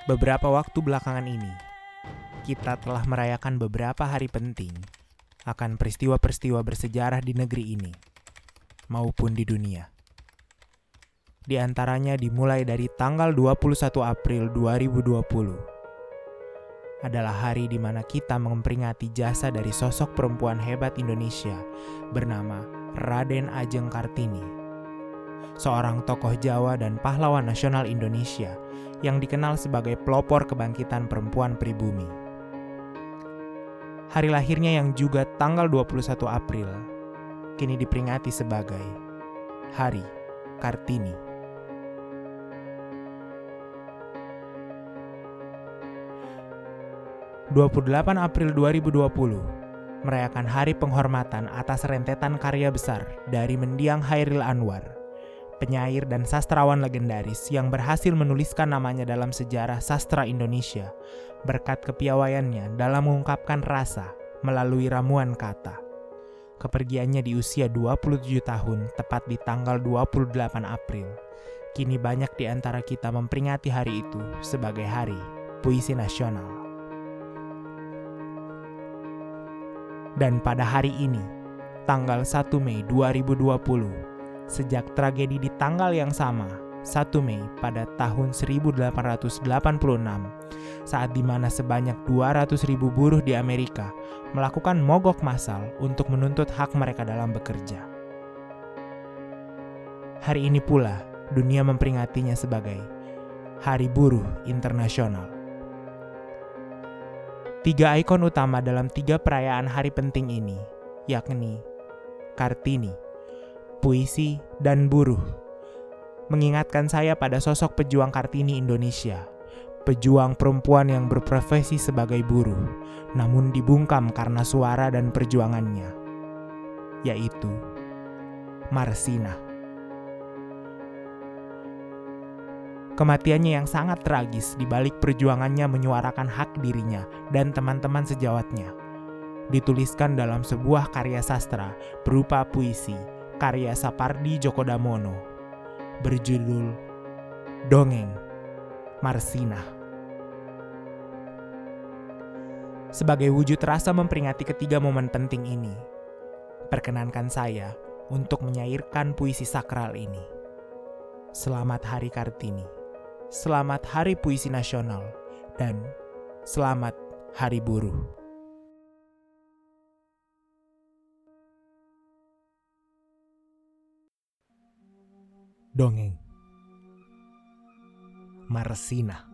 Beberapa waktu belakangan ini, kita telah merayakan beberapa hari penting akan peristiwa-peristiwa bersejarah di negeri ini maupun di dunia. Di antaranya dimulai dari tanggal 21 April 2020 adalah hari di mana kita memperingati jasa dari sosok perempuan hebat Indonesia bernama Raden Ajeng Kartini, seorang tokoh Jawa dan pahlawan nasional Indonesia yang dikenal sebagai pelopor kebangkitan perempuan pribumi. Hari lahirnya yang juga tanggal 21 April kini diperingati sebagai Hari Kartini. 28 April 2020 merayakan hari penghormatan atas rentetan karya besar dari mendiang Chairil Anwar, penyair dan sastrawan legendaris yang berhasil menuliskan namanya dalam sejarah sastra Indonesia berkat kepiawaiannya dalam mengungkapkan rasa melalui ramuan kata. Kepergiannya di usia 27 tahun tepat di tanggal 28 April. Kini banyak di antara kita memperingati hari itu sebagai Hari Puisi Nasional. Dan pada hari ini, tanggal 1 Mei 2020, sejak tragedi di tanggal yang sama, 1 Mei pada tahun 1886, saat dimana sebanyak 200.000 buruh di Amerika melakukan mogok massal untuk menuntut hak mereka dalam bekerja. Hari ini pula, dunia memperingatinya sebagai Hari Buruh Internasional. 3 ikon utama dalam 3 perayaan hari penting ini, yakni Kartini, puisi, dan buruh, mengingatkan saya pada sosok pejuang Kartini Indonesia, pejuang perempuan yang berprofesi sebagai buruh, namun dibungkam karena suara dan perjuangannya, yaitu Marsina. Kematiannya yang sangat tragis di balik perjuangannya menyuarakan hak dirinya dan teman-teman sejawatnya dituliskan dalam sebuah karya sastra berupa puisi karya Sapardi Djoko Damono berjudul Dongeng Marsina. Sebagai wujud rasa memperingati ketiga momen penting ini, perkenankan saya untuk menyairkan puisi sakral ini. Selamat Hari Kartini. Selamat Hari Puisi Nasional, dan selamat Hari Buruh. Dongeng Marsina.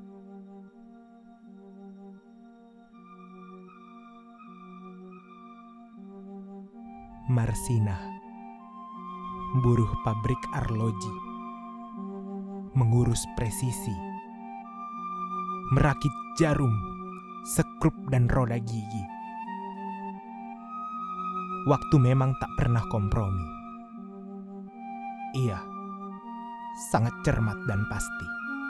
Marsina, buruh pabrik arloji, mengurus presisi, merakit jarum, sekrup dan roda gigi. Waktu memang tak pernah kompromi. Ia sangat cermat dan pasti.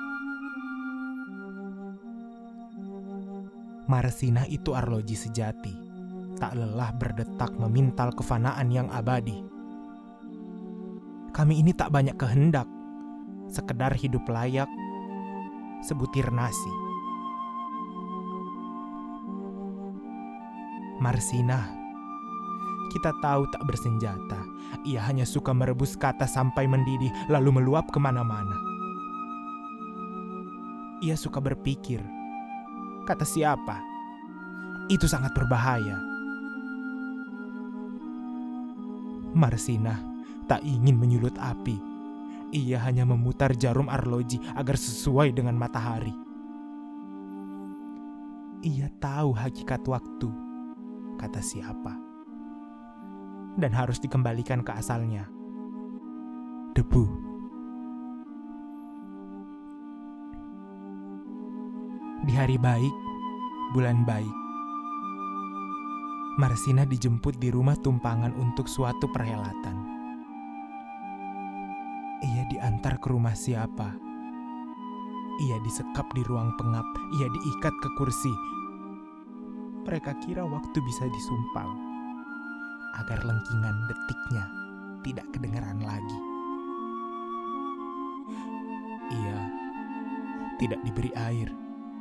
Marsina itu arloji sejati, tak lelah berdetak memintal kefanaan yang abadi. Kami ini tak banyak kehendak, sekedar hidup layak, sebutir nasi. Marsina, kita tahu tak bersenjata. Ia hanya suka merebus kata sampai mendidih lalu meluap kemana-mana. Ia suka berpikir, kata siapa? Itu sangat berbahaya. Marsina tak ingin menyulut api. Ia hanya memutar jarum arloji agar sesuai dengan matahari. Ia tahu hakikat waktu, kata siapa, dan harus dikembalikan ke asalnya, debu. Di hari baik, bulan baik, Marsina dijemput di rumah tumpangan untuk suatu perhelatan. Ia diantar ke rumah siapa. Ia disekap di ruang pengap. Ia diikat ke kursi. Mereka kira waktu bisa disumpal agar lengkingan detiknya tidak kedengaran lagi. Ia tidak diberi air,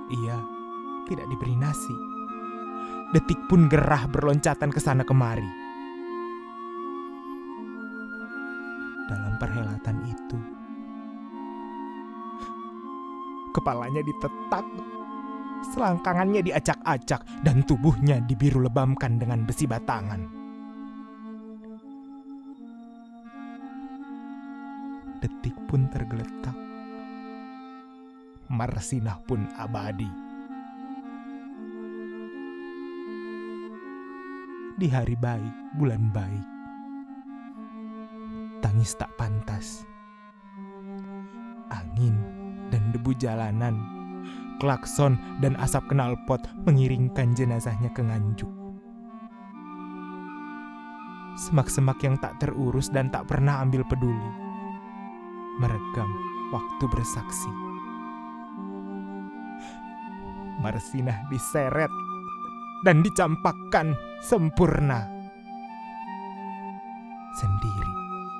Ia tidak diberi nasi. Detik pun gerah berloncatan ke sana kemari. Dalam perhelatan itu, kepalanya ditetak, selangkangannya diacak-acak, dan tubuhnya dibiru lebamkan dengan besi batangan. Detik pun tergeletak. Marsinah pun abadi. Di hari baik, bulan baik, tangis tak pantas. Angin dan debu jalanan, klakson dan asap knalpot mengiringkan jenazahnya ke Nganjuk. Semak-semak yang tak terurus dan tak pernah ambil peduli merekam waktu bersaksi. Marsinah diseret dan dicampakkan sempurna sendiri.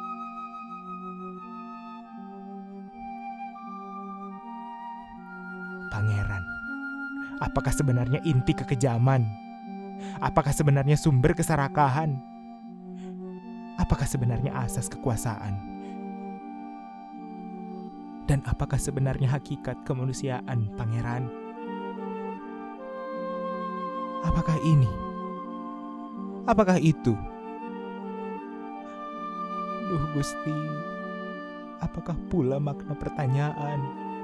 Pangeran, apakah sebenarnya inti kekejaman? Apakah sebenarnya sumber keserakahan? Apakah sebenarnya asas kekuasaan? Dan apakah sebenarnya hakikat kemanusiaan, Pangeran? Apakah ini? Apakah itu? Duh Gusti, apakah pula makna pertanyaan?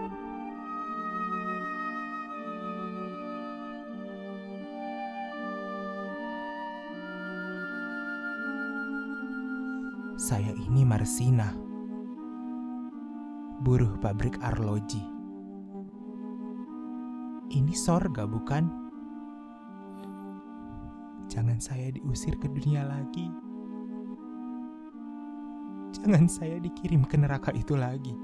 Saya ini Marsinah, buruh pabrik arloji. Ini sorga, bukan? Jangan saya diusir ke dunia lagi. Jangan saya dikirim ke neraka itu lagi.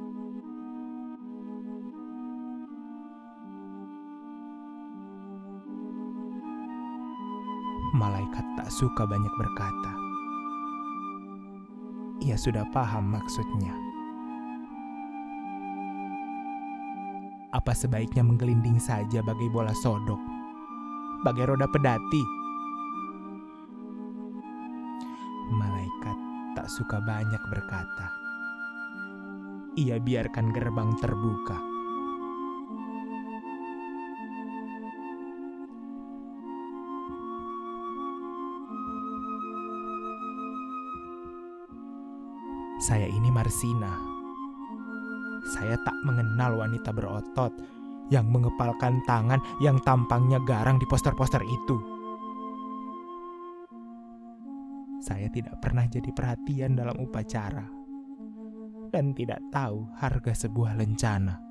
Malaikat tak suka banyak berkata. Ia sudah paham maksudnya. Apa sebaiknya menggelinding saja bagai bola sodok, bagai roda pedati? Malaikat tak suka banyak berkata. Ia biarkan gerbang terbuka. Saya ini Marsinah. Saya tak mengenal wanita berotot yang mengepalkan tangan yang tampangnya garang di poster-poster itu. Saya tidak pernah jadi perhatian dalam upacara dan tidak tahu harga sebuah lencana.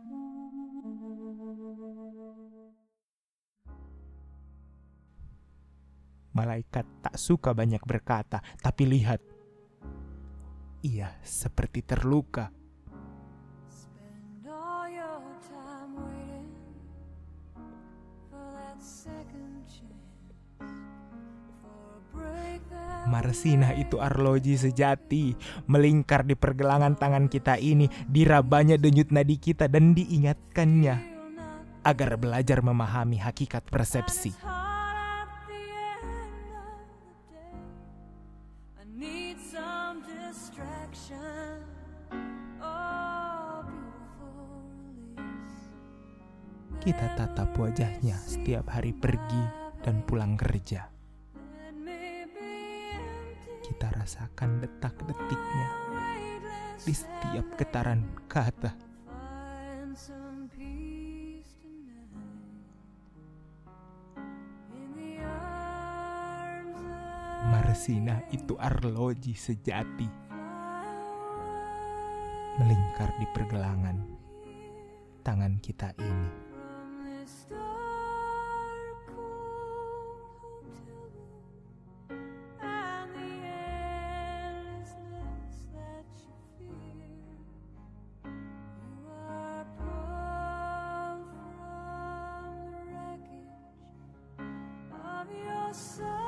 Malaikat tak suka banyak berkata, tapi lihat, ia seperti terluka. Marsinah itu arloji sejati, melingkar di pergelangan tangan kita ini, dirabanya denyut nadi kita dan diingatkannya agar belajar memahami hakikat persepsi. Kita tatap wajahnya setiap hari pergi dan pulang kerja. Kita rasakan detak-detiknya di setiap getaran kata. Marsinah itu arloji sejati, melingkar di pergelangan tangan kita ini. So